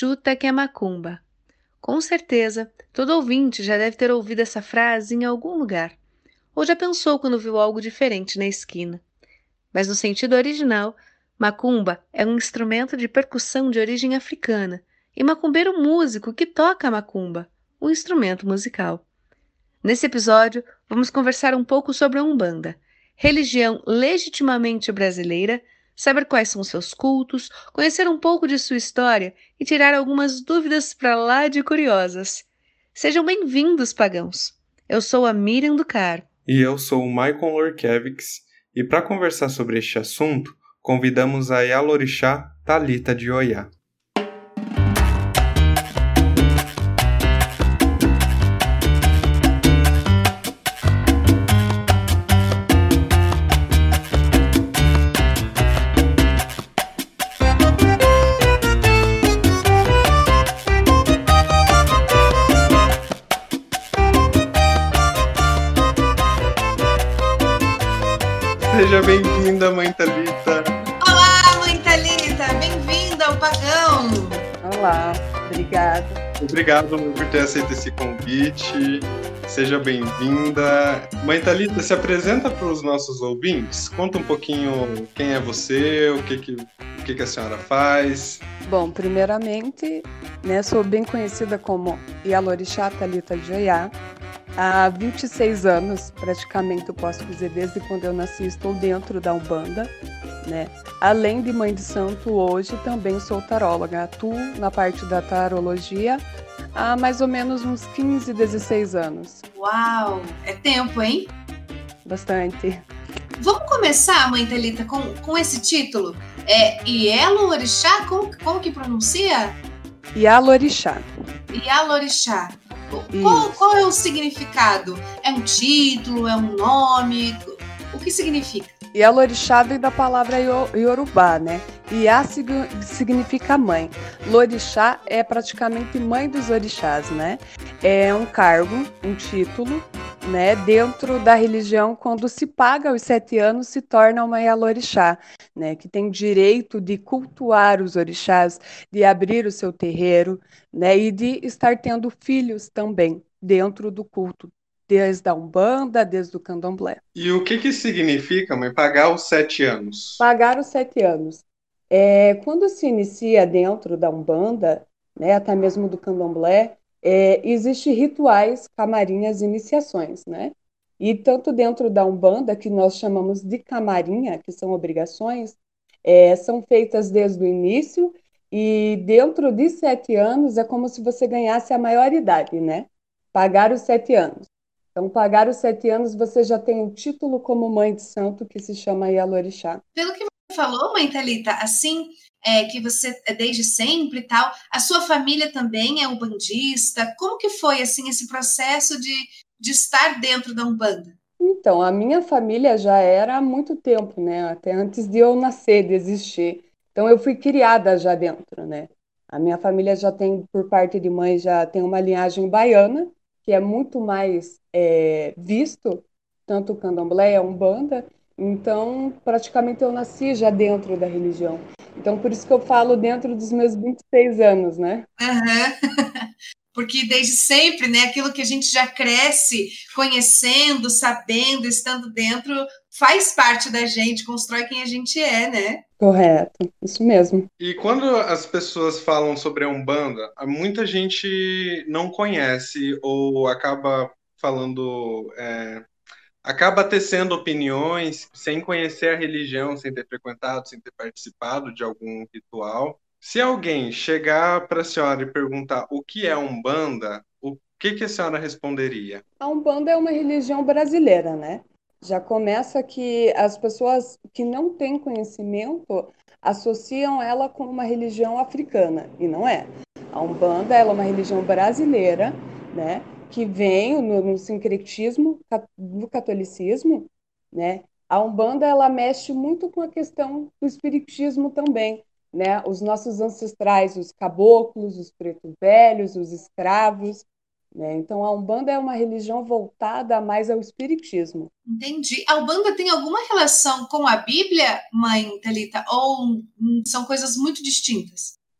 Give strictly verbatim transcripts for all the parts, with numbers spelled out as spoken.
chuta que é macumba. Com certeza, todo ouvinte já deve ter ouvido essa frase em algum lugar, ou já pensou quando viu algo diferente na esquina. Mas no sentido original, macumba é um instrumento de percussão de origem africana e macumbeiro músico que toca a macumba, um instrumento musical. Nesse episódio, vamos conversar um pouco sobre a Umbanda, religião legitimamente brasileira, saber quais são seus cultos, conhecer um pouco de sua história e tirar algumas dúvidas para lá de curiosas. Sejam bem-vindos, pagãos! Eu sou a Miriam do Car. E eu sou o Michael Lorkevics, e para conversar sobre este assunto, convidamos a Yalorixá Thalita de Oiá. Seja bem-vinda, Mãe Thalita. Olá, Mãe Thalita, bem-vinda ao Pagão. Olá, obrigada. Obrigado por ter aceito esse convite. Seja bem-vinda. Mãe Thalita, se apresenta para os nossos ouvintes. Conta um pouquinho quem é você, o que, que, o que, que a senhora faz. Bom, primeiramente, né, sou bem conhecida como Yalorixá Thalita de Oiá. Há vinte e seis anos, praticamente, eu posso dizer, desde quando eu nasci, estou dentro da Umbanda, né? Além de mãe de santo, hoje também sou taróloga. Atuo na parte da tarologia há mais ou menos uns quinze, dezesseis anos. Uau, é tempo, hein? Bastante. Vamos começar, Mãe Thalita, com, com esse título. É Yalorixá, como, como que pronuncia? Yalorixá. Yalorixá. Qual, qual é o significado? É um título? É um nome? O que significa? Yalorixá vem da palavra Yorubá, né? Iá significa mãe. Lorixá é praticamente mãe dos orixás, né? É um cargo, um título, né? Dentro da religião, quando se paga os sete anos, se torna uma Yalorixá, né? Que tem direito de cultuar os orixás, de abrir o seu terreiro, né? E de estar tendo filhos também dentro do culto, desde a Umbanda, desde o Candomblé. E o que que significa, mãe, pagar os sete anos? Pagar os sete anos. É, quando se inicia dentro da Umbanda, né, até mesmo do Candomblé, é, existem rituais, camarinhas, iniciações, né? E tanto dentro da Umbanda, que nós chamamos de camarinha, que são obrigações, é, são feitas desde o início, e dentro de sete anos é como se você ganhasse a maioridade, né? Pagar os sete anos. Então, pagar os sete anos, você já tem um título como mãe de santo, que se chama Yalorixá. Pelo que você falou, Mãe Thalita, assim, é, que você é desde sempre e tal, a sua família também é umbandista. Como que foi, assim, esse processo de, de estar dentro da Umbanda? Então, a minha família já era há muito tempo, né? Até antes de eu nascer, de existir. Então, eu fui criada já dentro, né? A minha família já tem, por parte de mãe, já tem uma linhagem baiana, que é muito mais é, visto, tanto o candomblé, a umbanda. Então, praticamente eu nasci já dentro da religião. Então, por isso que eu falo dentro dos meus vinte e seis anos, né? Uhum. Porque desde sempre, né, aquilo que a gente já cresce conhecendo, sabendo, estando dentro, faz parte da gente, constrói quem a gente é, né? Correto, isso mesmo. E quando as pessoas falam sobre a Umbanda, muita gente não conhece ou acaba falando, é, acaba tecendo opiniões sem conhecer a religião, sem ter frequentado, sem ter participado de algum ritual. Se alguém chegar para a senhora e perguntar o que é Umbanda, o que que a senhora responderia? A Umbanda é uma religião brasileira, né? Já começa que as pessoas que não têm conhecimento associam ela com uma religião africana, e não é. A Umbanda ela é uma religião brasileira, né? Que vem no, no sincretismo do catolicismo, né? A Umbanda ela mexe muito com a questão do espiritismo também, né? Os nossos ancestrais, os caboclos, os pretos velhos, os escravos, né? Então, a Umbanda é uma religião voltada mais ao espiritismo. Entendi. A Umbanda tem alguma relação com a Bíblia, Mãe Thalita? Ou hum, são coisas muito distintas?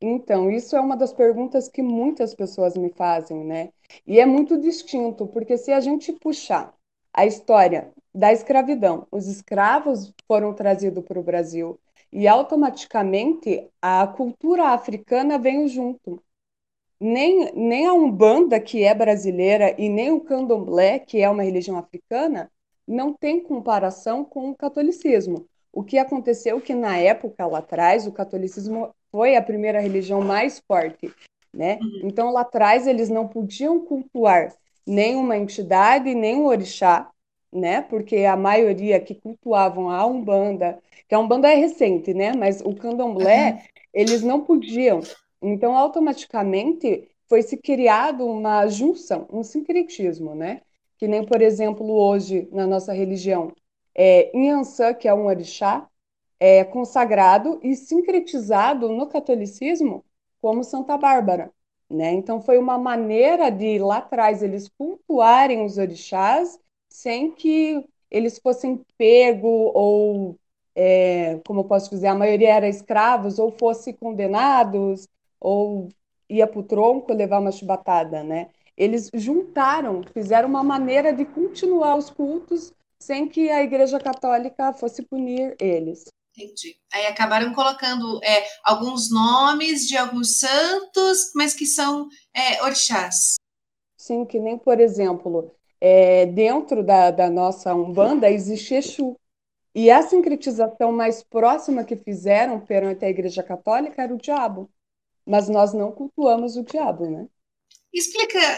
Então, isso é uma das perguntas que muitas pessoas me fazem, né? E é muito distinto, porque se a gente puxar a história da escravidão, os escravos foram trazidos para o Brasil e automaticamente a cultura africana veio junto. Nem, nem a Umbanda, que é brasileira, e nem o Candomblé, que é uma religião africana, não tem comparação com o catolicismo. O que aconteceu é que, na época, lá atrás, o catolicismo foi a primeira religião mais forte, né? Uhum. Então, lá atrás, eles não podiam cultuar nenhuma entidade, nem um orixá, né? Porque a maioria que cultuavam a Umbanda, que a Umbanda é recente, né? Mas o Uhum. Candomblé, eles não podiam. Então, automaticamente, foi se criado uma junção, um sincretismo, né? Que nem, por exemplo, hoje, na nossa religião, é, Inhansã, que é um orixá, é consagrado e sincretizado no catolicismo como Santa Bárbara, né? Então, foi uma maneira de, lá atrás, eles cultuarem os orixás sem que eles fossem pego ou, é, como eu posso dizer, a maioria era escravos ou fossem condenados ou ia para o tronco levar uma chibatada, né? Eles juntaram, fizeram uma maneira de continuar os cultos sem que a Igreja Católica fosse punir eles. Entendi. Aí acabaram colocando é, alguns nomes de alguns santos, mas que são é, orixás. Sim, que nem, por exemplo, é, dentro da, da nossa Umbanda existe Exu. E a sincretização mais próxima que fizeram perante a Igreja Católica era o diabo. Mas nós não cultuamos o diabo, né? Explica,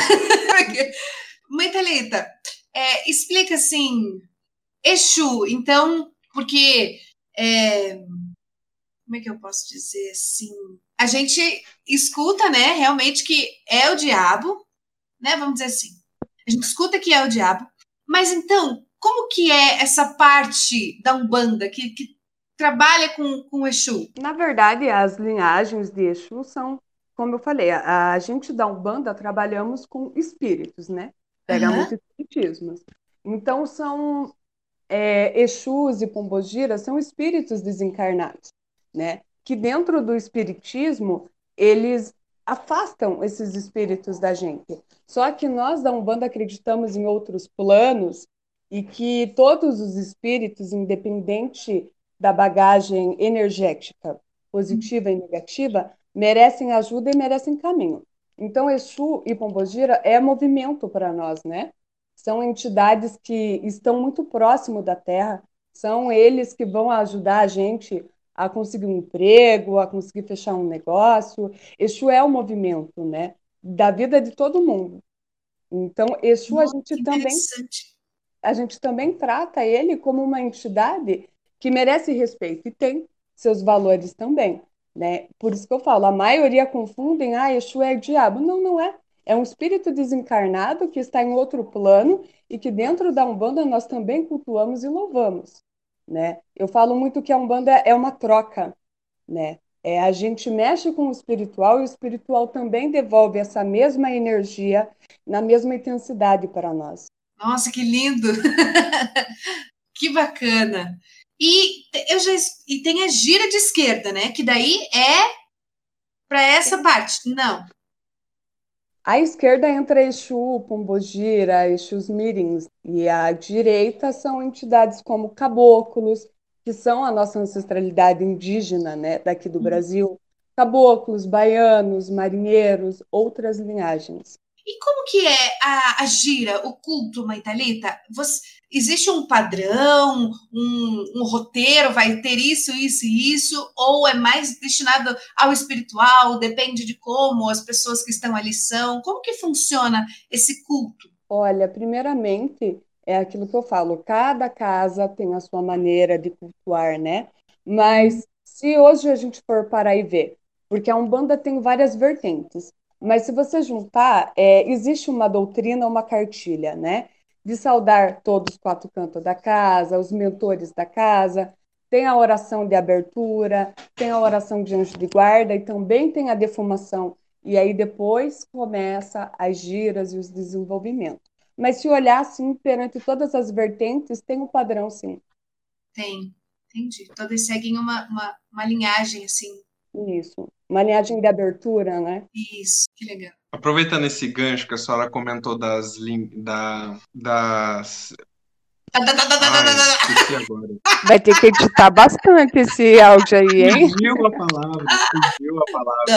Mãe Thalita, é, explica assim, Exu, então, porque, é, como é que eu posso dizer assim? A gente escuta, né, realmente que é o diabo, né, vamos dizer assim. A gente escuta que é o diabo, mas então, como que é essa parte da Umbanda que, que trabalha com, com o Exu? Na verdade, as linhagens de Exu são, como eu falei, a, a gente da Umbanda trabalhamos com espíritos, né? Pega Aham. muito espiritismos. Então, são é, Exus e Pombogiras são espíritos desencarnados, né? Que dentro do espiritismo, eles afastam esses espíritos da gente. Só que nós da Umbanda acreditamos em outros planos e que todos os espíritos, independente da bagagem energética, positiva e negativa, merecem ajuda e merecem caminho. Então, Exu e Pombogira é movimento para nós, né? São entidades que estão muito próximo da Terra, são eles que vão ajudar a gente a conseguir um emprego, a conseguir fechar um negócio. Exu é o movimento, né, da vida de todo mundo. Então, Exu a Nossa, gente que também interessante. a gente também trata ele como uma entidade que merece respeito e tem seus valores também, né? Por isso que eu falo, a maioria confundem, ah, Exu é diabo. Não, não é. É um espírito desencarnado que está em outro plano e que dentro da Umbanda nós também cultuamos e louvamos, né? Eu falo muito que a Umbanda é uma troca, né? É, a gente mexe com o espiritual e o espiritual também devolve essa mesma energia na mesma intensidade para nós. Nossa, que lindo! Que bacana! E eu já e tem a gira de esquerda, né? Que daí é para essa parte. Não. À esquerda entra Exu, Pombogira, Exus Mirins, e à direita são entidades como caboclos, que são a nossa ancestralidade indígena, né, daqui do Brasil, caboclos, baianos, marinheiros, outras linhagens. E como que é a, a gira, o culto, Mãe Thalita? Você, existe um padrão, um, um roteiro, vai ter isso, isso e isso? Ou é mais destinado ao espiritual? Depende de como as pessoas que estão ali são? Como que funciona esse culto? Olha, primeiramente, é aquilo que eu falo, cada casa tem a sua maneira de cultuar, né? Hum, Mas se hoje a gente for parar e ver, porque a Umbanda tem várias vertentes, mas se você juntar, é, existe uma doutrina, uma cartilha, né? De saudar todos os quatro cantos da casa, os mentores da casa, tem a oração de abertura, tem a oração de anjo de guarda e também tem a defumação. E aí depois começa as giras e os desenvolvimentos. Mas se olhar assim, perante todas as vertentes, tem um padrão, sim. tem, entendi. Todas seguem uma, uma, uma linhagem assim. Isso. Uma linhagem de abertura, né? Isso, que legal. Aproveitando esse gancho que a senhora comentou das, da, das... Ai, esqueci agora. Vai ter que editar bastante esse áudio aí, hein? Fugiu a palavra, fugiu a palavra.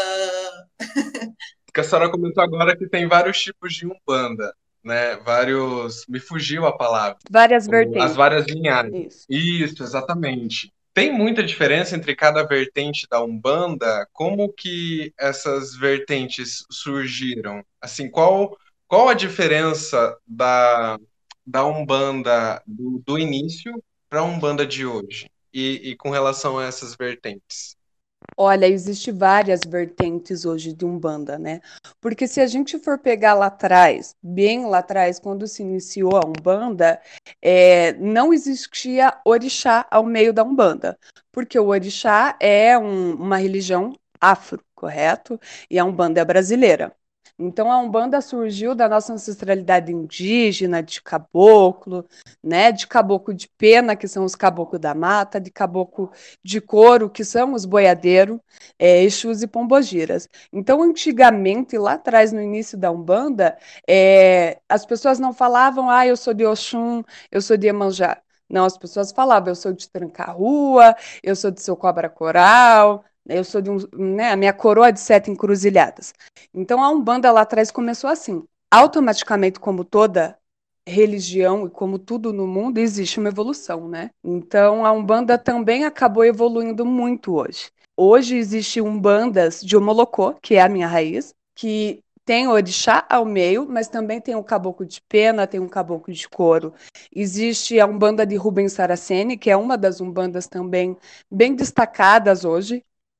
Que a senhora comentou agora que tem vários tipos de Umbanda, né? Vários... Me fugiu a palavra. Várias vertentes. As várias linhagens. Isso. Isso, exatamente. Tem muita diferença entre cada vertente da Umbanda? Como que essas vertentes surgiram? Assim, qual, qual a diferença da, da Umbanda do, do início para a Umbanda de hoje? E, e com relação a essas vertentes? Olha, existe várias vertentes hoje de Umbanda, né? Porque se a gente for pegar lá atrás, bem lá atrás, quando se iniciou a Umbanda, é, não existia orixá ao meio da Umbanda, porque o orixá é um, uma religião afro, correto? E a Umbanda é brasileira. Então a Umbanda surgiu da nossa ancestralidade indígena, de caboclo, né? De caboclo de pena, que são os caboclos da mata, de caboclo de couro, que são os boiadeiros, é, Exus e Pombogiras. Então, antigamente, lá atrás, no início da Umbanda, é, as pessoas não falavam, ah, eu sou de Oxum, eu sou de Iemanjá. Não, as pessoas falavam, eu sou de Tranca-Rua, eu sou de Seu Cobra Coral, eu sou de um, né, a minha coroa de sete encruzilhadas. Então, a Umbanda lá atrás começou assim. Automaticamente, como toda religião e como tudo no mundo, existe uma evolução, né? Então a Umbanda também acabou evoluindo muito hoje. Hoje existe umbandas de Omolocô, que é a minha raiz, que tem o orixá ao meio, mas também tem o caboclo de pena, tem um caboclo de couro. Existe a Umbanda de Rubens Saraceni, que é uma das umbandas também bem destacadas hoje,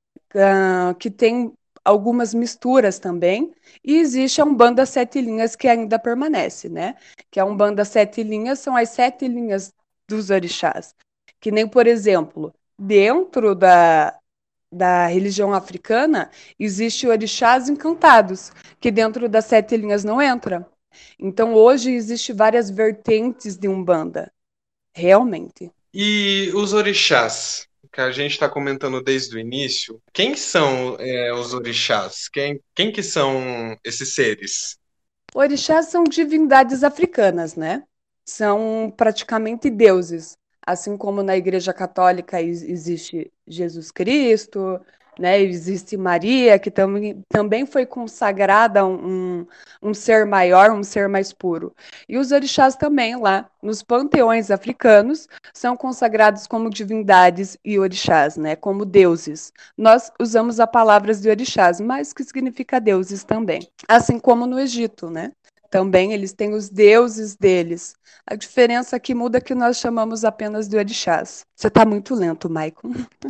uh, que tem algumas misturas também, e existe a Umbanda Sete Linhas que ainda permanece, né? Que a Umbanda Sete Linhas são as sete linhas dos orixás. Que nem, por exemplo, dentro da, da religião africana, existe orixás encantados, que dentro das sete linhas não entra. Então, hoje, existe várias vertentes de Umbanda, realmente. E os orixás, que a gente está comentando desde o início, quem são é, os orixás? Quem, quem que são esses seres? Orixás são divindades africanas, né? São praticamente deuses. Assim como na Igreja Católica existe Jesus Cristo, né? Existe Maria, que também, também foi consagrada a um, um ser maior, um ser mais puro. E os orixás também, lá nos panteões africanos, são consagrados como divindades e orixás, né? Como deuses. Nós usamos a palavra de orixás, mas que significa deuses também. Assim como no Egito, né? Também eles têm os deuses deles. A diferença que muda é que nós chamamos apenas de orixás. Você está muito lento, Maicon.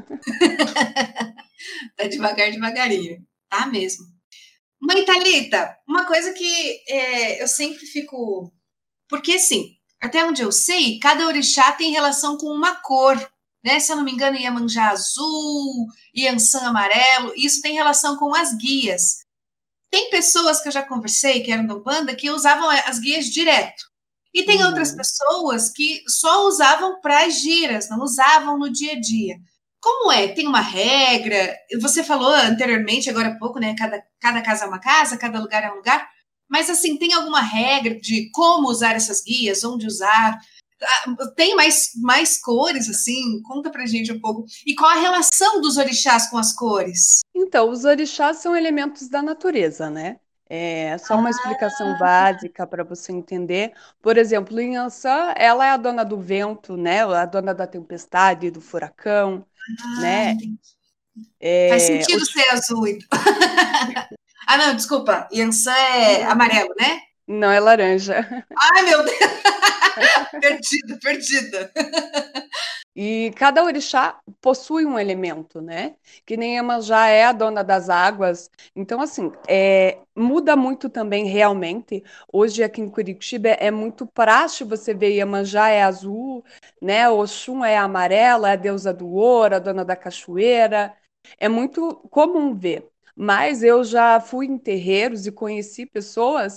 Tá devagar, devagarinho. Tá mesmo. Mãe Thalita, uma coisa que é, eu sempre fico... Porque, assim, até onde eu sei, cada orixá tem relação com uma cor, né? Se eu não me engano, Iemanjá azul, Iansã amarelo, isso tem relação com as guias. Tem pessoas que eu já conversei, que eram da Umbanda, que usavam as guias direto. E tem uhum. outras pessoas que só usavam para as giras, não usavam no dia a dia. Como é? Tem uma regra? Você falou anteriormente, agora há pouco, né? Cada, cada casa é uma casa, cada lugar é um lugar. Mas, assim, tem alguma regra de como usar essas guias, onde usar? Tem mais, mais cores, assim? Conta pra gente um pouco. E qual a relação dos orixás com as cores? Então, os orixás são elementos da natureza, né? É só uma ah. explicação básica para você entender. Por exemplo, Iansã, ela é a dona do vento, né? A dona da tempestade, do furacão, ah, né? Entendi. É, Faz sentido os... ser azul. Ah, não, desculpa. Iansã é amarelo, né? Não, é laranja. Ai, meu Deus! Perdida, perdida. E cada orixá possui um elemento, né? Que nem Iemanjá é a dona das águas. Então, assim, é, muda muito também realmente. Hoje aqui em Curitiba é muito praxe você ver Iemanjá é azul, né? Oxum é amarela, é a deusa do ouro, a dona da cachoeira. É muito comum ver. Mas eu já fui em terreiros e conheci pessoas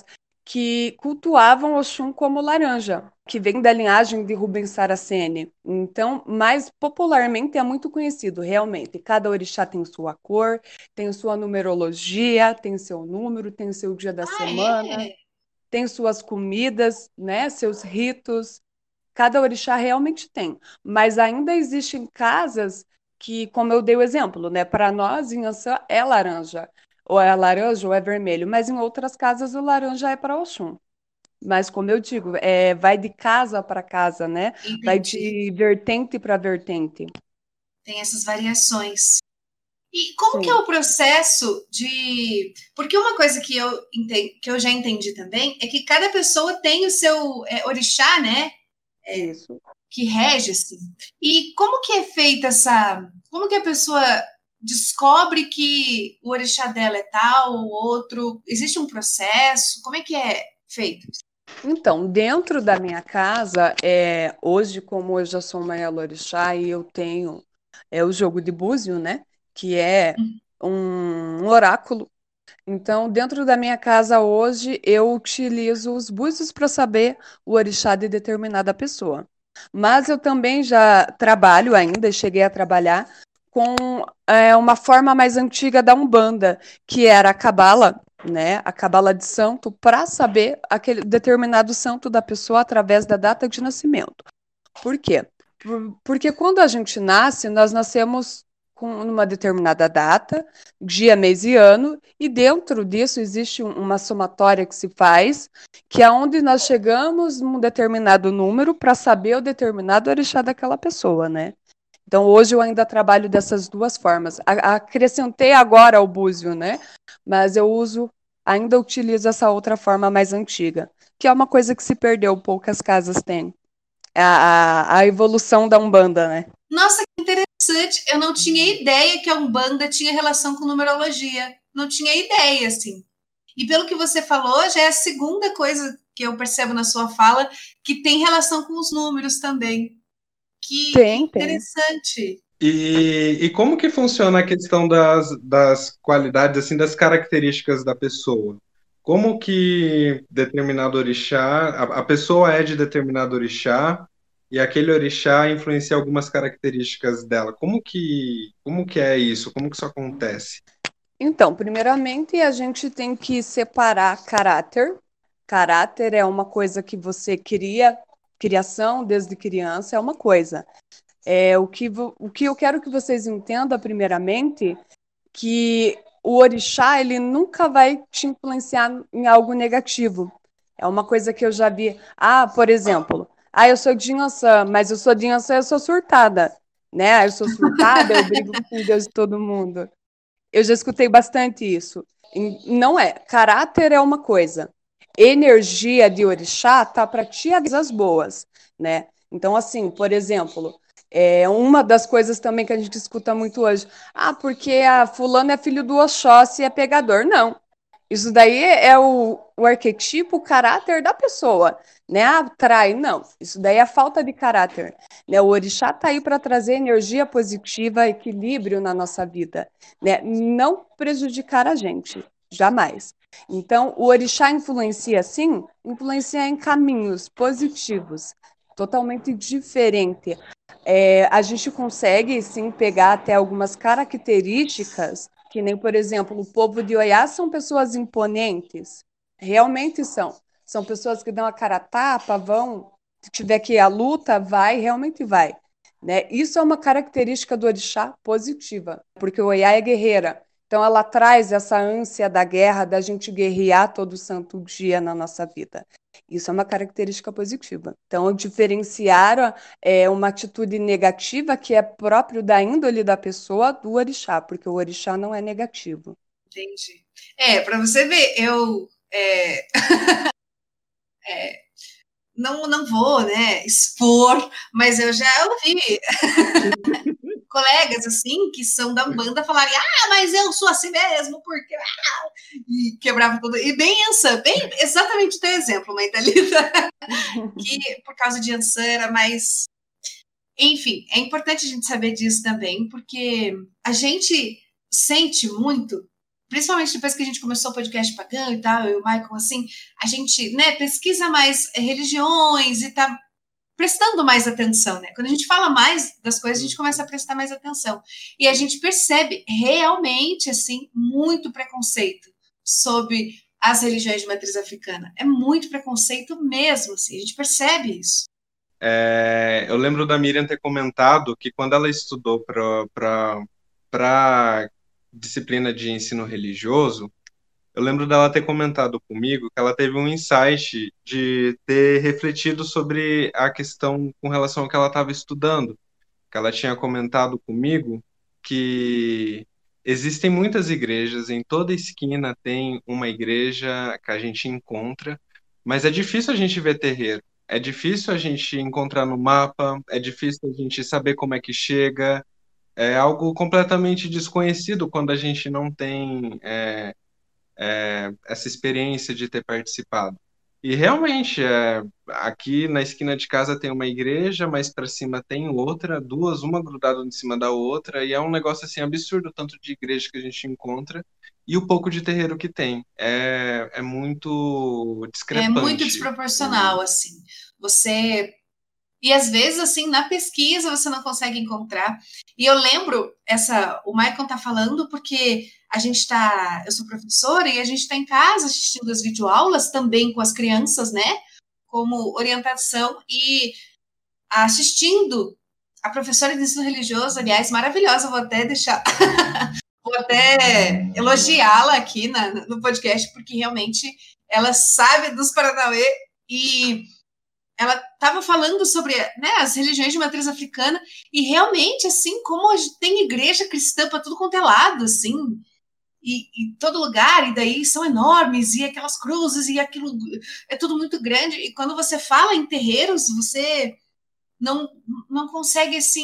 que cultuavam Oxum como laranja, que vem da linhagem de Rubens Saraceni. Então, mais popularmente é muito conhecido, realmente. Cada orixá tem sua cor, tem sua numerologia, tem seu número, tem seu dia da Ah, semana, é? tem suas comidas, né, seus ritos. Cada orixá realmente tem, mas ainda existem casas que, como eu dei o exemplo, né, para nós, Inhaçã é laranja, ou é laranja ou é vermelho, mas em outras casas o laranja é para Oxum. Mas, como eu digo, é, vai de casa para casa, né? Vai Entendi. de vertente para vertente. Tem essas variações. E como que é Sim, o processo de. Porque uma coisa que eu, enten- que eu já entendi também é que cada pessoa tem o seu é, orixá, né? isso. Que rege, assim. E como que é feita essa. Como que a pessoa descobre que o orixá dela é tal ou outro? Existe um processo? Como é que é feito? Então, dentro da minha casa, é, hoje, como eu já sou uma Elorixá e eu tenho é, o jogo de búzio, né? Que é um oráculo. Então, dentro da minha casa hoje, eu utilizo os búzios para saber o orixá de determinada pessoa. Mas eu também já trabalho ainda, cheguei a trabalhar com é, uma forma mais antiga da Umbanda, que era a cabala, né? A cabala de santo, para saber aquele determinado santo da pessoa através da data de nascimento. Por quê? Por- Porque quando a gente nasce, nós nascemos com uma determinada data, dia, mês e ano, e dentro disso existe um- uma somatória que se faz, que é onde nós chegamos num determinado número para saber o determinado orixá daquela pessoa, né? Então, hoje eu ainda trabalho dessas duas formas. A- acrescentei agora o búzio, né? Mas eu uso, ainda utilizo essa outra forma mais antiga, que é uma coisa que se perdeu, poucas casas têm. É A, a, a evolução da Umbanda, né? Nossa, que interessante. Eu não tinha ideia que a Umbanda tinha relação com numerologia. Não tinha ideia, assim. E pelo que você falou, já é a segunda coisa que eu percebo na sua fala que tem relação com os números também. Que, que Tem, tem. interessante. E, e como que funciona a questão das, das qualidades, assim, das características da pessoa? Como que determinado orixá, a, a pessoa é de determinado orixá e aquele orixá influencia algumas características dela? Como que, como que é isso? Como que isso acontece? Então, primeiramente, a gente tem que separar caráter. Caráter é uma coisa que você cria, criação desde criança é uma coisa. É o que, vo- o que eu quero que vocês entendam, primeiramente, que o orixá ele nunca vai te influenciar em algo negativo. É uma coisa que eu já vi. Ah, por exemplo, ah, eu sou de Inhaçã, mas eu sou de Inhaçã, eu sou surtada, né? Ah, eu sou surtada, eu brigo com Deus e todo mundo. Eu já escutei bastante isso. E não é. Caráter é uma coisa. Energia de orixá tá para ti as boas, né? Então, assim, por exemplo, é uma das coisas também que a gente escuta muito hoje. Ah, porque a fulano é filho do Oxóssi e é pegador. Não. Isso daí é o, o arquetipo, o caráter da pessoa, né? Ah, trai, não. Isso daí é falta de caráter, né? O orixá tá aí para trazer energia positiva, equilíbrio na nossa vida, né? Não prejudicar a gente, jamais. Então, o orixá influencia, sim, influencia em caminhos positivos, totalmente diferente. É, a gente consegue, sim, pegar até algumas características que nem, por exemplo, o povo de Oiá são pessoas imponentes. Realmente são. São pessoas que dão a cara a tapa, vão. Se tiver que ir à luta, vai, realmente vai. Né? Isso é uma característica do orixá positiva, porque o Oiá é guerreira. Então, ela traz essa ânsia da guerra, da gente guerrear todo santo dia na nossa vida. Isso é uma característica positiva. Então, diferenciar é, uma atitude negativa que é próprio da índole da pessoa do orixá, porque o orixá não é negativo. Entendi. É, para você ver, eu é, não, não vou, né, expor, mas eu já ouvi colegas assim que são da banda falarem, ah, mas eu sou assim mesmo, porque ah! E quebrava tudo. E bem Ansan, bem exatamente o teu exemplo, mãe Thalita, que por causa de Ansan era mais. Enfim, é importante a gente saber disso também, porque a gente sente muito principalmente depois que a gente começou o podcast pagão e tal, eu e o Michael, assim, a gente, né, pesquisa mais religiões e tá prestando mais atenção, né? Quando a gente fala mais das coisas, a gente começa a prestar mais atenção. E a gente percebe realmente, assim, muito preconceito sobre as religiões de matriz africana. É muito preconceito mesmo, assim, a gente percebe isso. É, eu lembro da Miriam ter comentado que quando ela estudou para disciplina de ensino religioso, eu lembro dela ter comentado comigo que ela teve um insight de ter refletido sobre a questão com relação ao que ela estava estudando, que ela tinha comentado comigo que existem muitas igrejas, em toda esquina tem uma igreja que a gente encontra, mas é difícil a gente ver terreiro. É difícil a gente encontrar no mapa, é difícil a gente saber como é que chega, é algo completamente desconhecido quando a gente não tem é, é, essa experiência de ter participado. E realmente, é, aqui na esquina de casa tem uma igreja, mais para cima tem outra, duas, uma grudada em cima da outra, e é um negócio assim absurdo, tanto de igreja que a gente encontra e o pouco de terreiro que tem. É, é muito É muito discrepante. desproporcional, assim. Você e às vezes, assim, na pesquisa você não consegue encontrar. E eu lembro, essa, o Maicon tá falando porque a gente tá, eu sou professora e a gente está em casa assistindo as videoaulas também com as crianças, né? Como orientação e assistindo a professora de ensino religioso, aliás, maravilhosa, vou até deixar, vou até elogiá-la aqui na, no podcast, porque realmente ela sabe dos Paranauê e ela estava falando sobre, né, as religiões de matriz africana e realmente, assim, como tem igreja cristã para tudo quanto é lado, assim, e, e todo lugar, e daí são enormes, e aquelas cruzes, e aquilo é tudo muito grande, e quando você fala em terreiros, você não, não consegue, assim,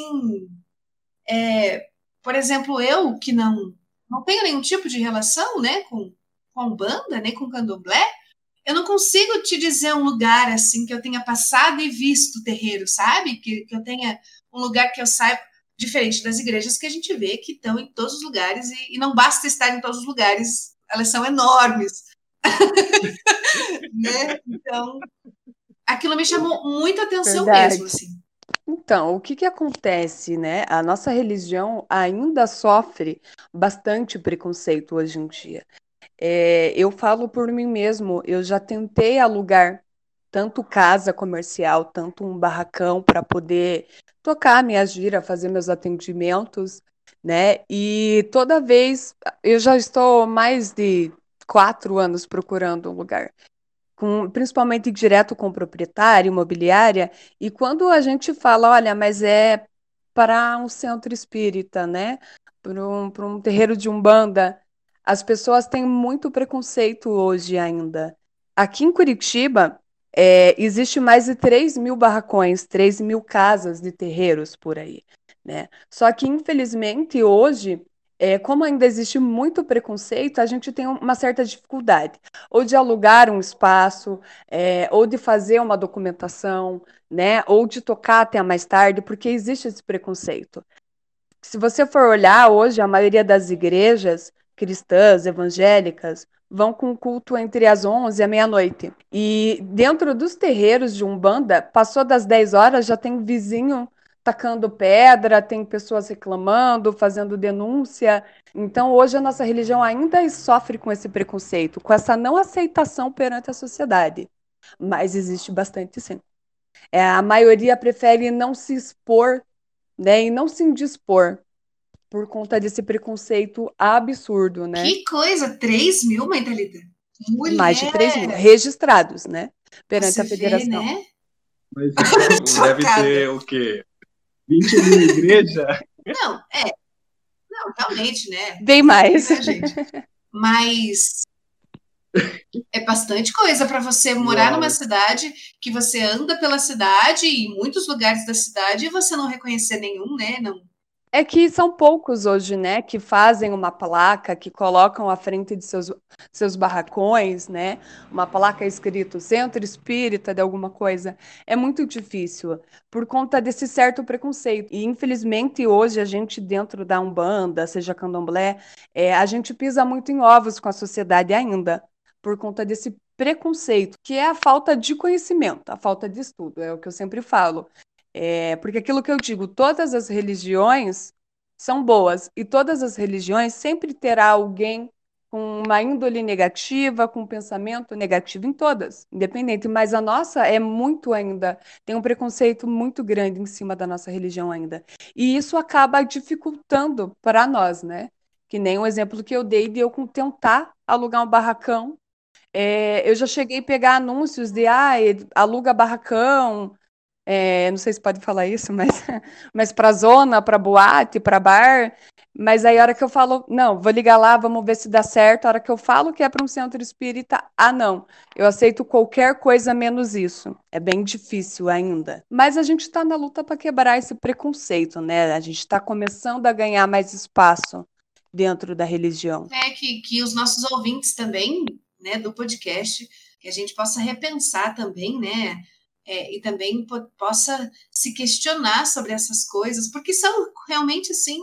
é, por exemplo, eu, que não, não tenho nenhum tipo de relação, né, com, com a Umbanda, nem com o Candomblé, eu não consigo te dizer um lugar assim que eu tenha passado e visto o terreiro, sabe? Que, que eu tenha um lugar que eu saiba, diferente das igrejas que a gente vê que estão em todos os lugares e, e não basta estar em todos os lugares, elas são enormes. Né? Então, aquilo me chamou muita atenção Verdade. mesmo, assim. Então, o que que acontece, né? A nossa religião ainda sofre bastante preconceito hoje em dia. É, eu falo por mim mesmo, eu já tentei alugar tanto casa comercial, tanto um barracão para poder tocar minha gira, fazer meus atendimentos, né? E toda vez, eu já estou mais de quatro anos procurando um lugar, com, principalmente direto com o proprietário, imobiliária, e quando a gente fala, olha, mas é para um centro espírita, né? Para um, para um terreiro de Umbanda, as pessoas têm muito preconceito hoje ainda. Aqui em Curitiba, é, existe mais de três mil barracões, três mil casas de terreiros por aí, né? Só que, infelizmente, hoje, é, como ainda existe muito preconceito, a gente tem uma certa dificuldade, ou de alugar um espaço, é, ou de fazer uma documentação, né? Ou de tocar até mais tarde, porque existe esse preconceito. Se você for olhar hoje, a maioria das igrejas cristãs, evangélicas, vão com culto entre as onze e a meia-noite. E dentro dos terreiros de Umbanda, passou das dez horas, já tem vizinho tacando pedra, tem pessoas reclamando, fazendo denúncia. Então, hoje a nossa religião ainda sofre com esse preconceito, com essa não aceitação perante a sociedade. Mas existe bastante, sim. É, a maioria prefere não se expor, né, e não se indispor por conta desse preconceito absurdo, né? Que coisa, três mil, mãe Thalita? Mulher! Mais de três mil registrados, né? Perante Você a federação. Vê, né? Mas então deve ter o quê? vinte mil igrejas? Não, é. Não, realmente, né? Bem mais. Né, gente? Mas é bastante coisa para você morar Uau. numa cidade que você anda pela cidade e em muitos lugares da cidade e você não reconhecer nenhum, né? Não. É que são poucos hoje, né, que fazem uma placa, que colocam à frente de seus, seus barracões, né, uma placa escrito Centro Espírita de alguma coisa. É muito difícil, por conta desse certo preconceito. E, infelizmente, hoje a gente, dentro da Umbanda, seja Candomblé, é, a gente pisa muito em ovos com a sociedade ainda, por conta desse preconceito, que é a falta de conhecimento, a falta de estudo, é o que eu sempre falo. É, porque aquilo que eu digo, todas as religiões são boas e todas as religiões sempre terá alguém com uma índole negativa, com um pensamento negativo em todas, independente. Mas a nossa é muito ainda, tem um preconceito muito grande em cima da nossa religião ainda. E isso acaba dificultando para nós, né? Que nem um exemplo que eu dei de eu com- tentar alugar um barracão. É, eu já cheguei a pegar anúncios de ah, aluga barracão, é, não sei se pode falar isso, mas, mas para zona, para boate, para bar. Mas aí a hora que eu falo, não, vou ligar lá, vamos ver se dá certo. A hora que eu falo que é para um centro espírita, ah, não, eu aceito qualquer coisa menos isso. É bem difícil ainda. Mas a gente está na luta para quebrar esse preconceito, né? A gente está começando a ganhar mais espaço dentro da religião. É que, que os nossos ouvintes também, né, do podcast, que a gente possa repensar também, né, é, e também po- possa se questionar sobre essas coisas, porque são realmente assim,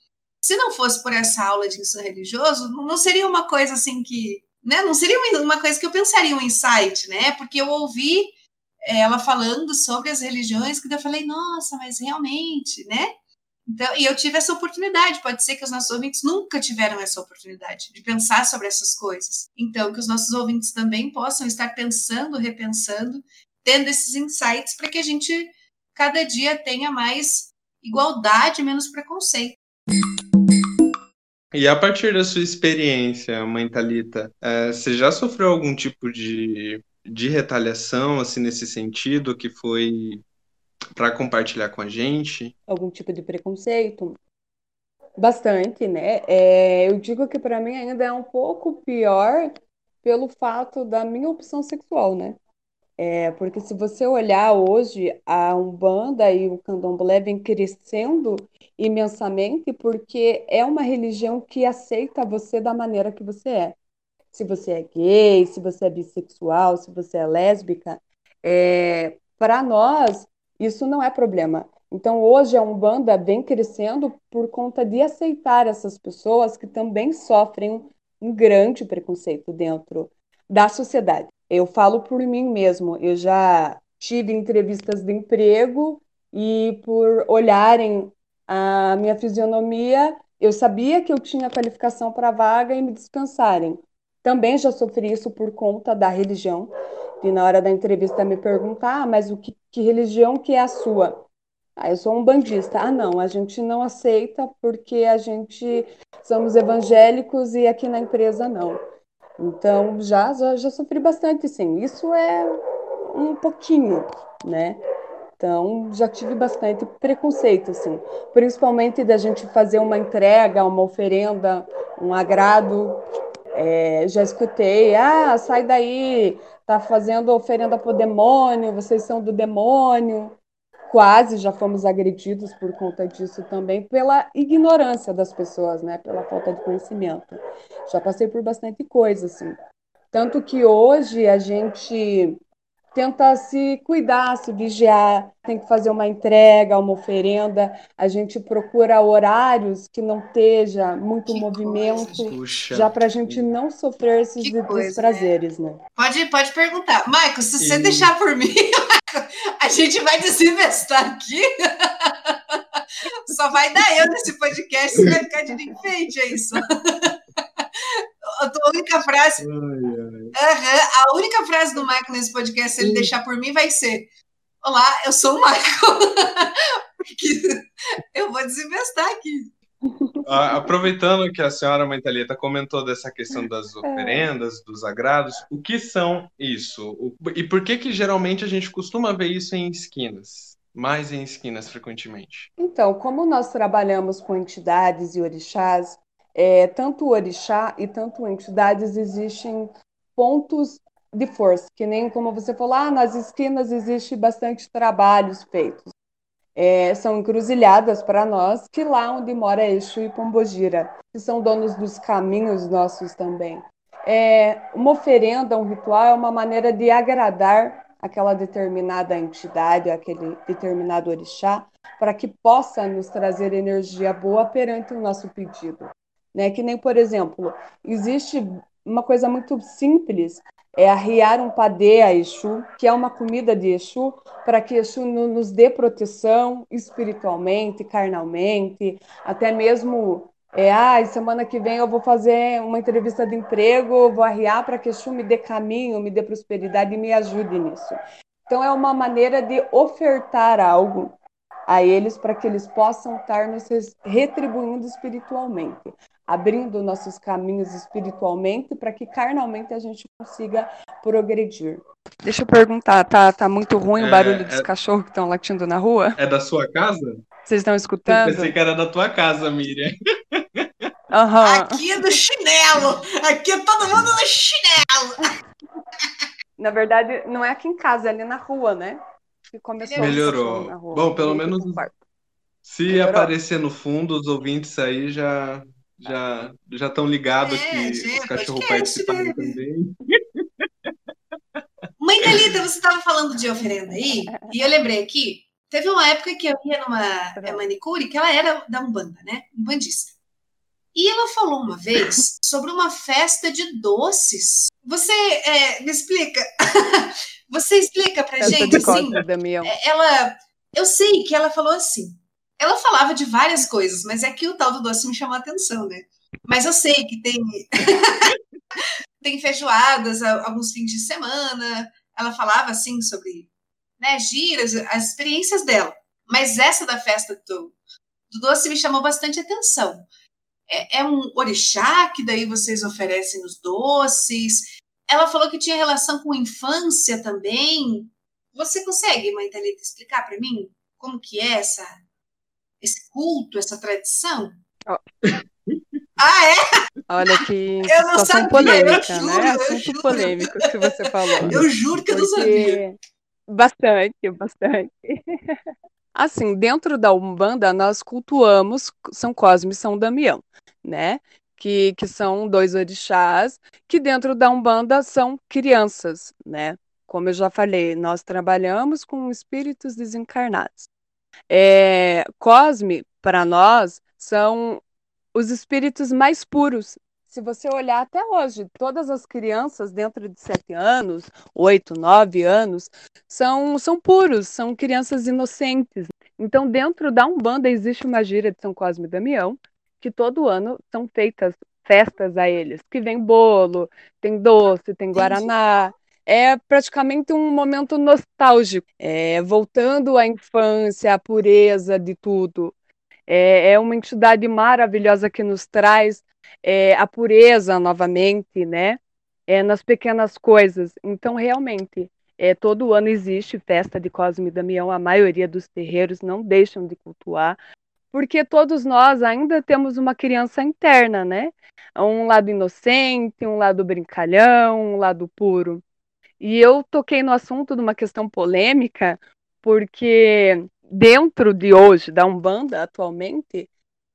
se não fosse por essa aula de ensino religioso, não não seria uma coisa assim que, né, não seria uma uma coisa que eu pensaria um insight, né, porque eu ouvi é, ela falando sobre as religiões, que daí eu falei, nossa, mas realmente, né? Então, e eu tive essa oportunidade. Pode ser que os nossos ouvintes nunca tiveram essa oportunidade de pensar sobre essas coisas. Então, que os nossos ouvintes também possam estar pensando, repensando, tendo esses insights para que a gente cada dia tenha mais igualdade, menos preconceito. E a partir da sua experiência, mãe Thalita, eh, você já sofreu algum tipo de, de retaliação, assim, nesse sentido, que foi para compartilhar com a gente? Algum tipo de preconceito? Bastante, né? É, eu digo que para mim ainda é um pouco pior pelo fato da minha opção sexual, né? É, porque se você olhar hoje, a Umbanda e o Candomblé vem crescendo imensamente porque é uma religião que aceita você da maneira que você é. Se você é gay, se você é bissexual, se você é lésbica, é, para nós isso não é problema. Então hoje a Umbanda vem crescendo por conta de aceitar essas pessoas que também sofrem um, um grande preconceito dentro da sociedade. Eu falo por mim mesmo, eu já tive entrevistas de emprego e por olharem a minha fisionomia, eu sabia que eu tinha qualificação para a vaga e me dispensarem. Também já sofri isso por conta da religião. E na hora da entrevista me perguntar, ah, mas o que, que religião que é a sua? Ah, eu sou um bandista. Ah, não, a gente não aceita porque a gente somos evangélicos e aqui na empresa não. Então já, já, já sofri bastante, sim. Isso é um pouquinho, né? Então já tive bastante preconceito, assim. Principalmente da gente fazer uma entrega, uma oferenda, um agrado. É, já escutei, ah, sai daí, tá fazendo oferenda pro demônio, vocês são do demônio. Quase já fomos agredidos por conta disso também, pela ignorância das pessoas, né? Pela falta de conhecimento. Já passei por bastante coisa, assim. Tanto que hoje a gente tenta se cuidar, se vigiar, tem que fazer uma entrega, uma oferenda, a gente procura horários que não esteja muito Que movimento, coisa, Puxa, já para a gente não sofrer esses que coisa, desprazeres, né? Pode, pode perguntar. Michael, se você e deixar por mim, a gente vai desinvestar aqui. Só vai dar eu nesse podcast, você vai ficar de enfeite, é isso. A única frase, ai, ai. uhum, a única frase do Michael nesse podcast, se ele deixar por mim, vai ser: olá, eu sou o Michael. Porque eu vou desinvestar aqui. A- Aproveitando que a senhora mãe Thalita comentou dessa questão das É. oferendas, dos agrados, o que são isso? O- e por que que geralmente a gente costuma ver isso em esquinas? Mais em esquinas, frequentemente. Então, como nós trabalhamos com entidades e orixás, é, tanto o orixá e tanto entidades existem pontos de força, que nem como você falou, ah, nas esquinas existe bastante trabalhos feitos. É, são encruzilhadas para nós, que lá onde mora Exu e Pombogira, que são donos dos caminhos nossos também. É, uma oferenda, um ritual, é uma maneira de agradar aquela determinada entidade, aquele determinado orixá, para que possa nos trazer energia boa perante o nosso pedido. Né? Que nem, por exemplo, existe uma coisa muito simples, é arriar um padê a Exu, que é uma comida de Exu, para que Exu nos dê proteção espiritualmente, carnalmente, até mesmo, é, ah, semana que vem eu vou fazer uma entrevista de emprego, vou arriar para que Exu me dê caminho, me dê prosperidade e me ajude nisso. Então é uma maneira de ofertar algo a eles para que eles possam estar nos retribuindo espiritualmente, abrindo nossos caminhos espiritualmente para que carnalmente a gente consiga progredir. Deixa eu perguntar, tá, tá muito ruim o barulho dos É, é, cachorros que estão latindo na rua? é da sua casa? Vocês estão Eu escutando? pensei que era da tua casa, Miriam. Aham. Aqui é do chinelo. Aqui é todo mundo no chinelo. Na verdade, não é aqui em casa, é ali na rua, né? Que começou Melhorou. na rua. Bom, pelo E menos pro quarto. se Melhorou? aparecer no fundo, os ouvintes aí já já já estão ligados É, que já os é cachorros podcast, participaram né? também. Mãe Thalita, você estava falando de oferenda aí, e eu lembrei aqui, teve uma época que eu ia numa é, manicure, que ela era da Umbanda, né? Umbandista. E ela falou uma vez sobre uma festa de doces. Você é, me explica? Você explica pra Festa gente, de assim? Cosme, Damião. Ela, eu sei que ela falou assim. Ela falava de várias coisas, mas é que o tal do doce me chamou a atenção, né? Mas eu sei que tem tem feijoadas alguns fins de semana. Ela falava assim sobre, né, giras, as experiências dela. Mas essa da festa do, do doce me chamou bastante atenção. É, é um orixá que daí vocês oferecem os doces. Ela falou que tinha relação com infância também. Você consegue, Mãe Thalita, explicar para mim como que é essa, esse culto, essa tradição? Oh. Ah, é? Olha que eu não situação sabia, polêmica, eu juro, né? eu Assunto juro. polêmico que você falou. Eu juro que eu não sabia. Bastante, bastante. Assim, dentro da Umbanda, nós cultuamos São Cosme e São Damião, né? Que, que são dois orixás que dentro da Umbanda são crianças, né? Como eu já falei, nós trabalhamos com espíritos desencarnados. É, Cosme, para nós, são os espíritos mais puros. Se você olhar até hoje, todas as crianças dentro de sete anos, oito, nove anos, são, são puros, são crianças inocentes. Então, dentro da Umbanda existe uma gíria de São Cosme e Damião, que todo ano são feitas festas a eles, que vem bolo, tem doce, tem guaraná. É praticamente um momento nostálgico, é, voltando à infância, à pureza de tudo. É, é uma entidade maravilhosa que nos traz é, a pureza novamente, né? É, nas pequenas coisas. Então, realmente, é, todo ano existe festa de Cosme e Damião, a maioria dos terreiros não deixam de cultuar, porque todos nós ainda temos uma criança interna, né? Um lado inocente, um lado brincalhão, um lado puro. E eu toquei no assunto de uma questão polêmica, porque dentro de hoje, da Umbanda, atualmente,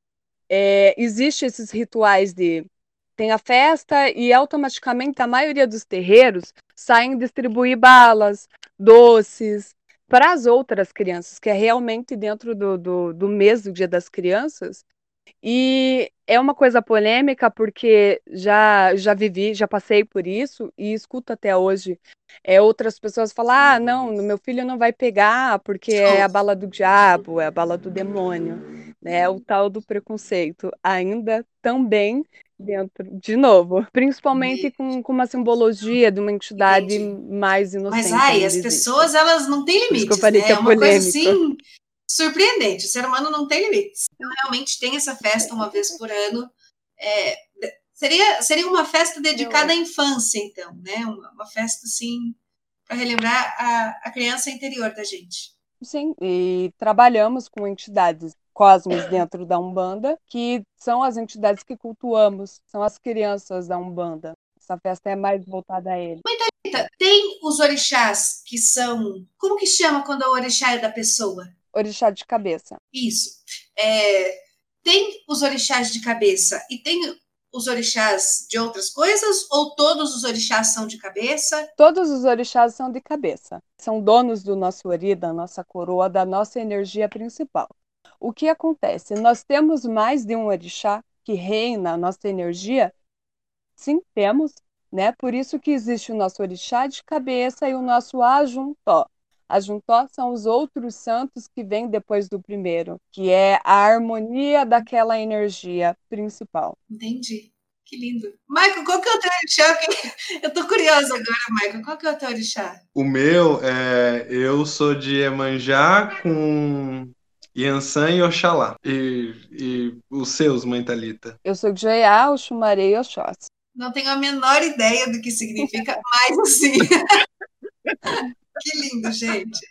é, existe esses rituais de tem a festa e automaticamente a maioria dos terreiros saem distribuir balas, doces para as outras crianças, que é realmente dentro do, do, do mês do Dia das Crianças. E é uma coisa polêmica porque já já vivi, já passei por isso e escuto até hoje é, outras pessoas falar, ah, não, meu filho não vai pegar porque é a bala do diabo, é a bala do demônio, né? O tal do preconceito ainda também dentro, de novo, principalmente com, com uma simbologia de uma entidade Entendi. mais inocente. Mas ai, as existe. pessoas elas não têm Por isso que eu limites, falei né? que é É uma coisa polêmico. assim surpreendente. O ser humano não tem limites. Então, realmente tem essa festa uma vez por ano. É, seria, seria uma festa dedicada à infância, então, né? Uma, uma festa assim para relembrar a, a criança interior da gente. Sim, e trabalhamos com entidades cósmicas dentro da Umbanda, que são as entidades que cultuamos, são as crianças da Umbanda. Essa festa é mais voltada a eles. Mãe Thalita, tem os orixás que são... Como que chama quando o orixá é da pessoa? Orixá de cabeça. Isso. É, tem os orixás de cabeça e tem os orixás de outras coisas? Ou todos os orixás são de cabeça? Todos os orixás são de cabeça. São donos do nosso ori, da nossa coroa, da nossa energia principal. O que acontece? Nós temos mais de um orixá que reina a nossa energia? Sim, temos, né? Por isso que existe o nosso orixá de cabeça e o nosso ajuntó. Ajuntó são os outros santos que vêm depois do primeiro, que é a harmonia daquela energia principal. Entendi. Que lindo. Michael, qual que é o teu orixá? Eu tô curiosa agora, Michael. Qual que é o teu orixá? O meu, é, eu sou de Iemanjá com Yansan e Oxalá. E, e os seus, Mãe Thalita? Eu sou de Oiá, Oxumaré e Oxóssi. Não tenho a menor ideia do que significa, mas assim. Que lindo, gente.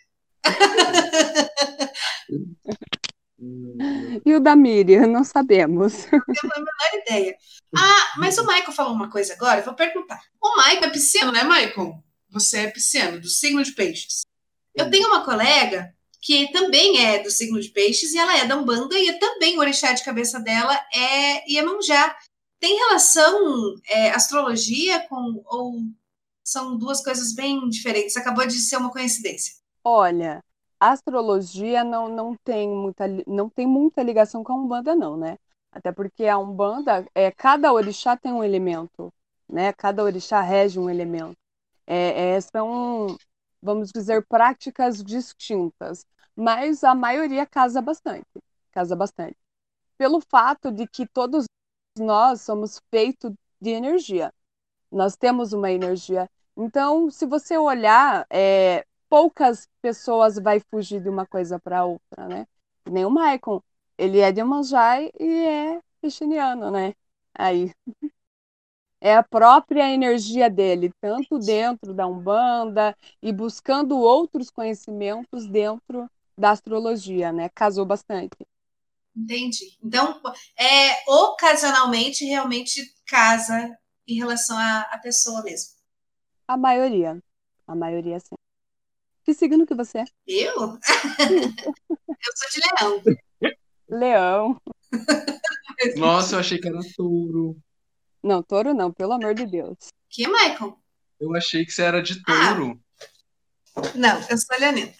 E o da Miriam, não sabemos. Não tenho a menor ideia. Ah, mas o Michael falou uma coisa agora, eu vou perguntar. O Michael é pisciano, né, Michael? Você é pisciano, do signo de peixes. Eu tenho uma colega que também é do signo de peixes e ela é da Umbanda e também o orixá de cabeça dela é Iemanjá. Tem relação é, astrologia com ou são duas coisas bem diferentes? Acabou de ser uma coincidência. Olha, a astrologia não, não, tem muita, não tem muita ligação com a Umbanda, não, né? Até porque a Umbanda, é, cada orixá tem um elemento, né? Cada orixá rege um elemento. É, é, são, vamos dizer, práticas distintas, mas a maioria casa bastante, casa bastante. Pelo fato de que todos nós somos feitos de energia. Nós temos uma energia. Então, se você olhar, é, poucas pessoas vai fugir de uma coisa para outra, né? Nem o Maicon, ele é de Iemanjá e é cristiano, né? Aí é a própria energia dele, tanto dentro da Umbanda e buscando outros conhecimentos dentro da astrologia, né? Casou bastante. Entendi. Então, é, ocasionalmente, realmente casa em relação à, à pessoa mesmo. A maioria. A maioria, sim. Que signo que você é? Eu? Isso. Eu sou de leão. Leão. Nossa, eu achei que era touro. Não, touro não, pelo amor de Deus. Que, Michael? Eu achei que você era de Ah, touro. não, eu sou leonina.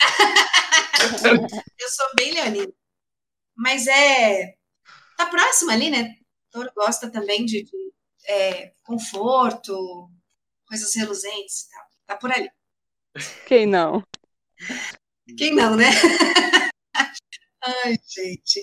Eu sou bem leonina. Mas é. Tá próximo ali, né? Touro gosta também de, de é, conforto, coisas reluzentes e tal. Tá por ali. Quem não? Quem não, né? Ai, gente.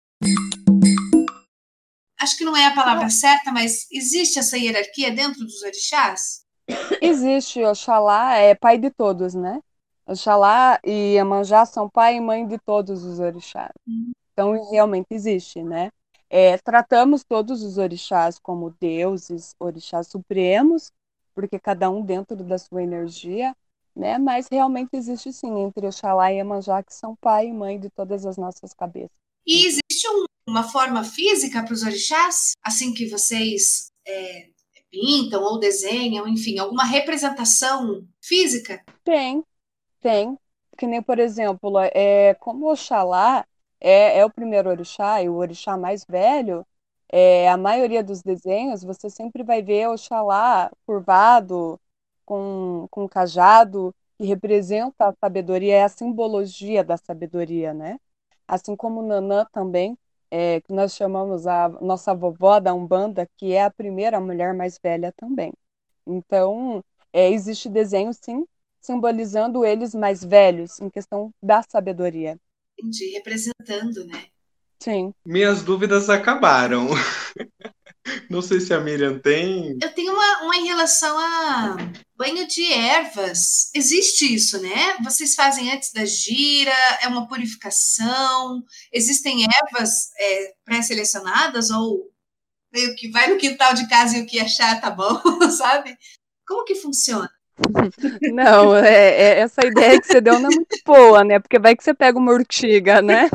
Acho que não é a palavra certa, mas existe essa hierarquia dentro dos orixás? Existe, Oxalá é pai de todos, né? Oxalá e Iemanjá são pai e mãe de todos os orixás. Hum. Então, realmente existe, né? É, tratamos todos os orixás como deuses, orixás supremos, porque cada um dentro da sua energia, né? Mas realmente existe sim, entre Oxalá e Iemanjá, que são pai e mãe de todas as nossas cabeças. E existe um, uma forma física para os orixás? Assim que vocês é, pintam ou desenham, enfim, alguma representação física? Tem, tem. Que nem, por exemplo, é, como Oxalá é, é o primeiro orixá e o orixá mais velho, é, a maioria dos desenhos você sempre vai ver Oxalá curvado, com, com cajado, que representa a sabedoria, é a simbologia da sabedoria, né? Assim como Nanã também, é, que nós chamamos a nossa vovó da Umbanda, que é a primeira mulher mais velha também. Então, é, existe desenho, sim, simbolizando eles mais velhos, em questão da sabedoria. Entendi, representando, né? Sim. Minhas dúvidas acabaram. Não sei se a Miriam tem. Eu tenho uma, uma em relação a banho de ervas. Existe isso, né? Vocês fazem antes da gira, é uma purificação. Existem ervas é, pré-selecionadas ou meio que vai no quintal de casa e o que achar tá bom, sabe? Como que funciona? Não, é, é, essa ideia que você deu não é muito boa, né? Porque vai que você pega uma urtiga, né?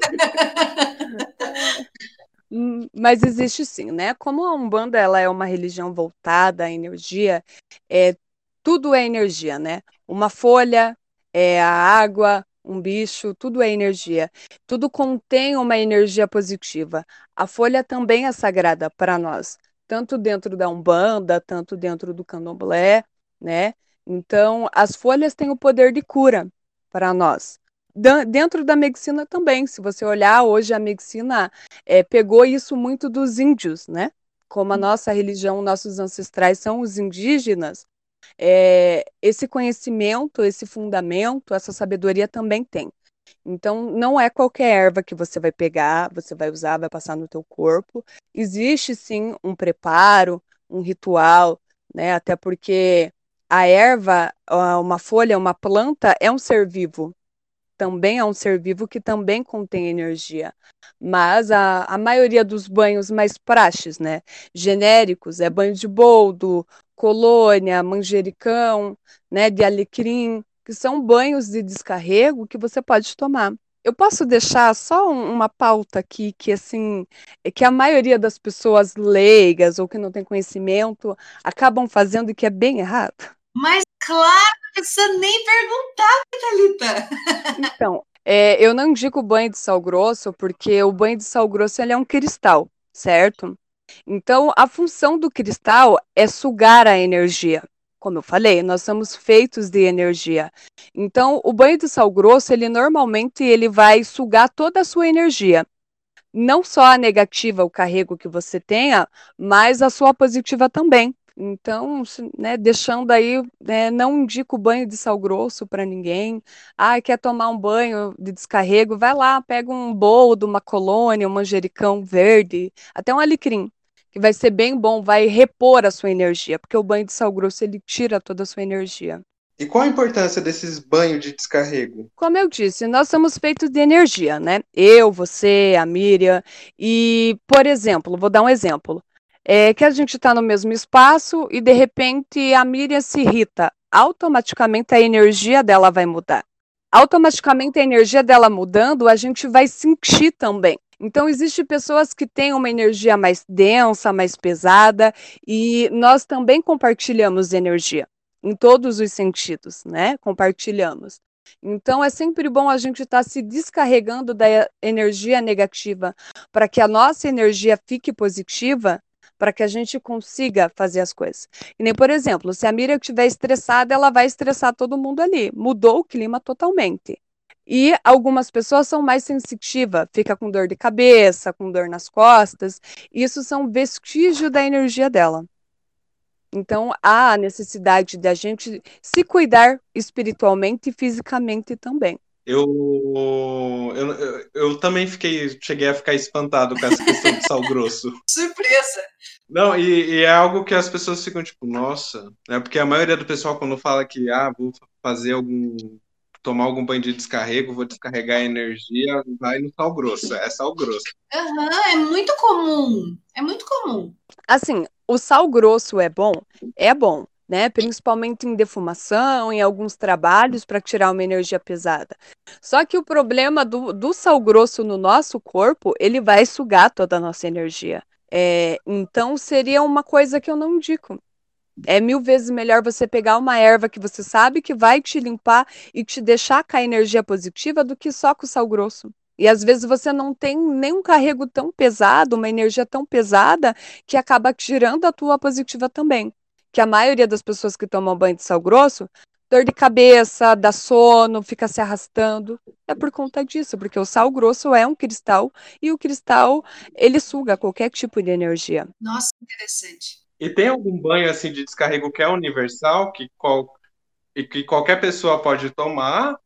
Mas existe sim, né? Como a Umbanda ela é uma religião voltada à energia, é, tudo é energia, né? Uma folha, é a água, um bicho, tudo é energia. Tudo contém uma energia positiva. A folha também é sagrada para nós, tanto dentro da Umbanda, tanto dentro do Candomblé, né? Então, as folhas têm o poder de cura para nós. Da- dentro da medicina também, se você olhar hoje a medicina é, pegou isso muito dos índios, né? Como a nossa religião, nossos ancestrais são os indígenas, é, esse conhecimento, esse fundamento, essa sabedoria também tem. Então, não é qualquer erva que você vai pegar, você vai usar, vai passar no teu corpo. Existe sim um preparo, um ritual, né? Até porque a erva, ah, uma folha, uma planta é um ser vivo. Também é um ser vivo que também contém energia. Mas a, a maioria dos banhos mais praxes, né? Genéricos, é banho de boldo, colônia, manjericão, né? De alecrim, que são banhos de descarrego que você pode tomar. Eu posso deixar só um- uma pauta aqui que assim é que a maioria das pessoas leigas ou que não tem conhecimento acabam fazendo e que é bem errado. Mas claro, não precisa nem perguntar, Thalita. Então, é, eu não indico o banho de sal grosso porque o banho de sal grosso ele é um cristal, certo? Então, a função do cristal é sugar a energia. Como eu falei, nós somos feitos de energia. Então, o banho de sal grosso, ele normalmente ele vai sugar toda a sua energia. Não só a negativa, o carrego que você tenha, mas a sua positiva também. Então, se- né, deixando aí, né, não indico banho de sal grosso para ninguém. Ah, quer tomar um banho de descarrego? Vai lá, pega um boldo, uma colônia, um manjericão verde, até um alecrim, que vai ser bem bom, vai repor a sua energia, porque o banho de sal grosso ele tira toda a sua energia. E qual a importância desses banhos de descarrego? Como eu disse, nós somos feitos de energia, né? Eu, você, a Miriam. E, por exemplo, vou dar um exemplo. É que a gente está no mesmo espaço e, de repente, a Miriam se irrita. Automaticamente a energia dela vai mudar. Automaticamente a energia dela mudando, a gente vai sentir também. Então, existem pessoas que têm uma energia mais densa, mais pesada, e nós também compartilhamos energia em todos os sentidos, né? Compartilhamos. Então, é sempre bom a gente estar se descarregando da energia negativa para que a nossa energia fique positiva, para que a gente consiga fazer as coisas. E nem, por exemplo, se a Miriam estiver estressada, ela vai estressar todo mundo ali. Mudou o clima totalmente. E algumas pessoas são mais sensitivas, fica com dor de cabeça, com dor nas costas. Isso são vestígios da energia dela. Então, há a necessidade da gente se cuidar espiritualmente e fisicamente também. Eu, eu, eu, eu também fiquei, cheguei a ficar espantado com essa questão do sal grosso. Surpresa. Não, e, e é algo que as pessoas ficam tipo, nossa, né? Porque a maioria do pessoal, quando fala que, ah, vou fazer algum, tomar algum banho de descarrego, vou descarregar energia, vai no sal grosso, é sal grosso. Aham, é muito comum. É muito comum. Assim, o sal grosso é bom? É bom, né? Principalmente em defumação, em alguns trabalhos para tirar uma energia pesada. Só que o problema do, do sal grosso no nosso corpo, ele vai sugar toda a nossa energia. É, então, seria uma coisa que eu não indico. É mil vezes melhor você pegar uma erva que você sabe que vai te limpar e te deixar com a energia positiva do que só com o sal grosso. E às vezes você não tem nenhum carrego tão pesado, uma energia tão pesada, que acaba tirando a tua positiva também. Que a maioria das pessoas que tomam banho de sal grosso, dor de cabeça, dá sono, fica se arrastando. É por conta disso, porque o sal grosso é um cristal e o cristal, ele suga qualquer tipo de energia. Nossa, interessante. E tem algum banho assim de descarrego que é universal, que, qual, e que qualquer pessoa pode tomar?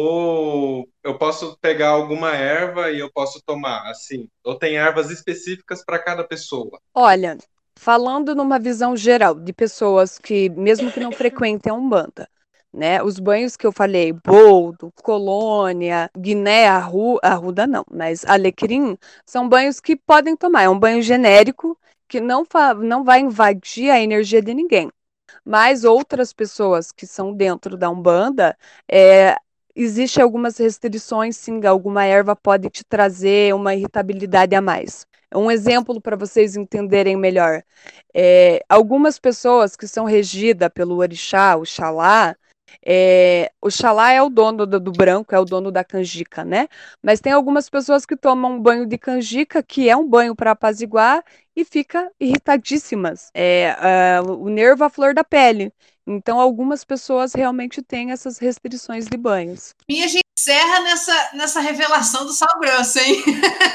Ou eu posso pegar alguma erva e eu posso tomar, assim? Ou tem ervas específicas para cada pessoa? Olha, falando numa visão geral de pessoas que, mesmo que não frequentem a Umbanda, né? Os banhos que eu falei, boldo, colônia, Guiné, arru, arruda não, mas alecrim, são banhos que podem tomar. É um banho genérico que não, fa, não vai invadir a energia de ninguém. Mas outras pessoas que são dentro da Umbanda, é, existe algumas restrições, sim, alguma erva pode te trazer uma irritabilidade a mais. Um exemplo para vocês entenderem melhor. É, algumas pessoas que são regidas pelo orixá, o Xalá, É, Oxalá é o dono do, do branco, é o dono da canjica, né? Mas tem algumas pessoas que tomam um banho de canjica, que é um banho para apaziguar, e fica irritadíssimas. É, é, o nervo à flor da pele. Então, algumas pessoas realmente têm essas restrições de banhos. E a gente encerra nessa, nessa revelação do sal grosso, hein?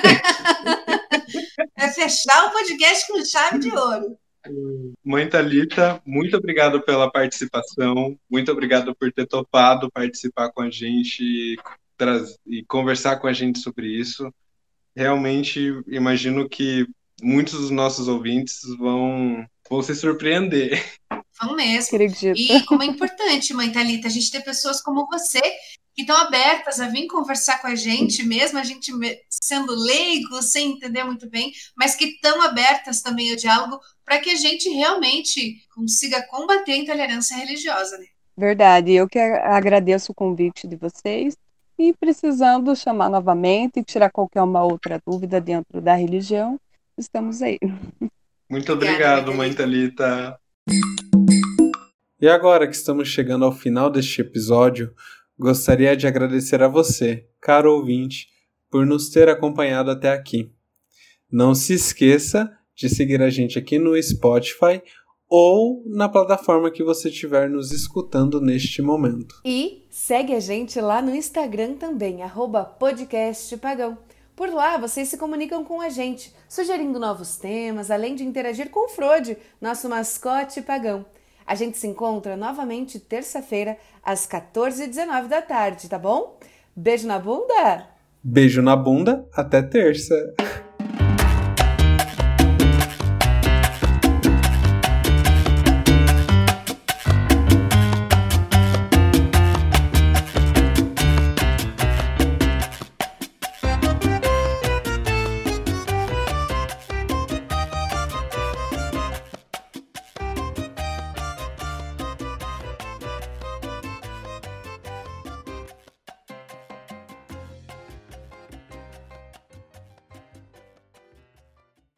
É fechar o podcast com chave de ouro. Mãe Thalita, muito obrigado pela participação, muito obrigado por ter topado participar com a gente e, e conversar com a gente sobre isso. Realmente, imagino que muitos dos nossos ouvintes vão, vão se surpreender. Vão mesmo. Acredito. E como é importante, Mãe Thalita, a gente ter pessoas como você que estão abertas a vir conversar com a gente, mesmo a gente sendo leigo, sem entender muito bem, mas que estão abertas também ao diálogo para que a gente realmente consiga combater a intolerância religiosa, né? Verdade. Eu que agradeço o convite de vocês e precisando chamar novamente e tirar qualquer uma outra dúvida dentro da religião, estamos aí. Muito obrigado, Mãe Thalita. E agora que estamos chegando ao final deste episódio, gostaria de agradecer a você, caro ouvinte, por nos ter acompanhado até aqui. Não se esqueça de seguir a gente aqui no Spotify ou na plataforma que você estiver nos escutando neste momento. E segue a gente lá no Instagram também, arroba podcastpagão. Por lá, vocês se comunicam com a gente, sugerindo novos temas, além de interagir com o Frode, nosso mascote pagão. A gente se encontra novamente terça-feira, às quatorze e dezenove da tarde, tá bom? Beijo na bunda? Beijo na bunda, até terça!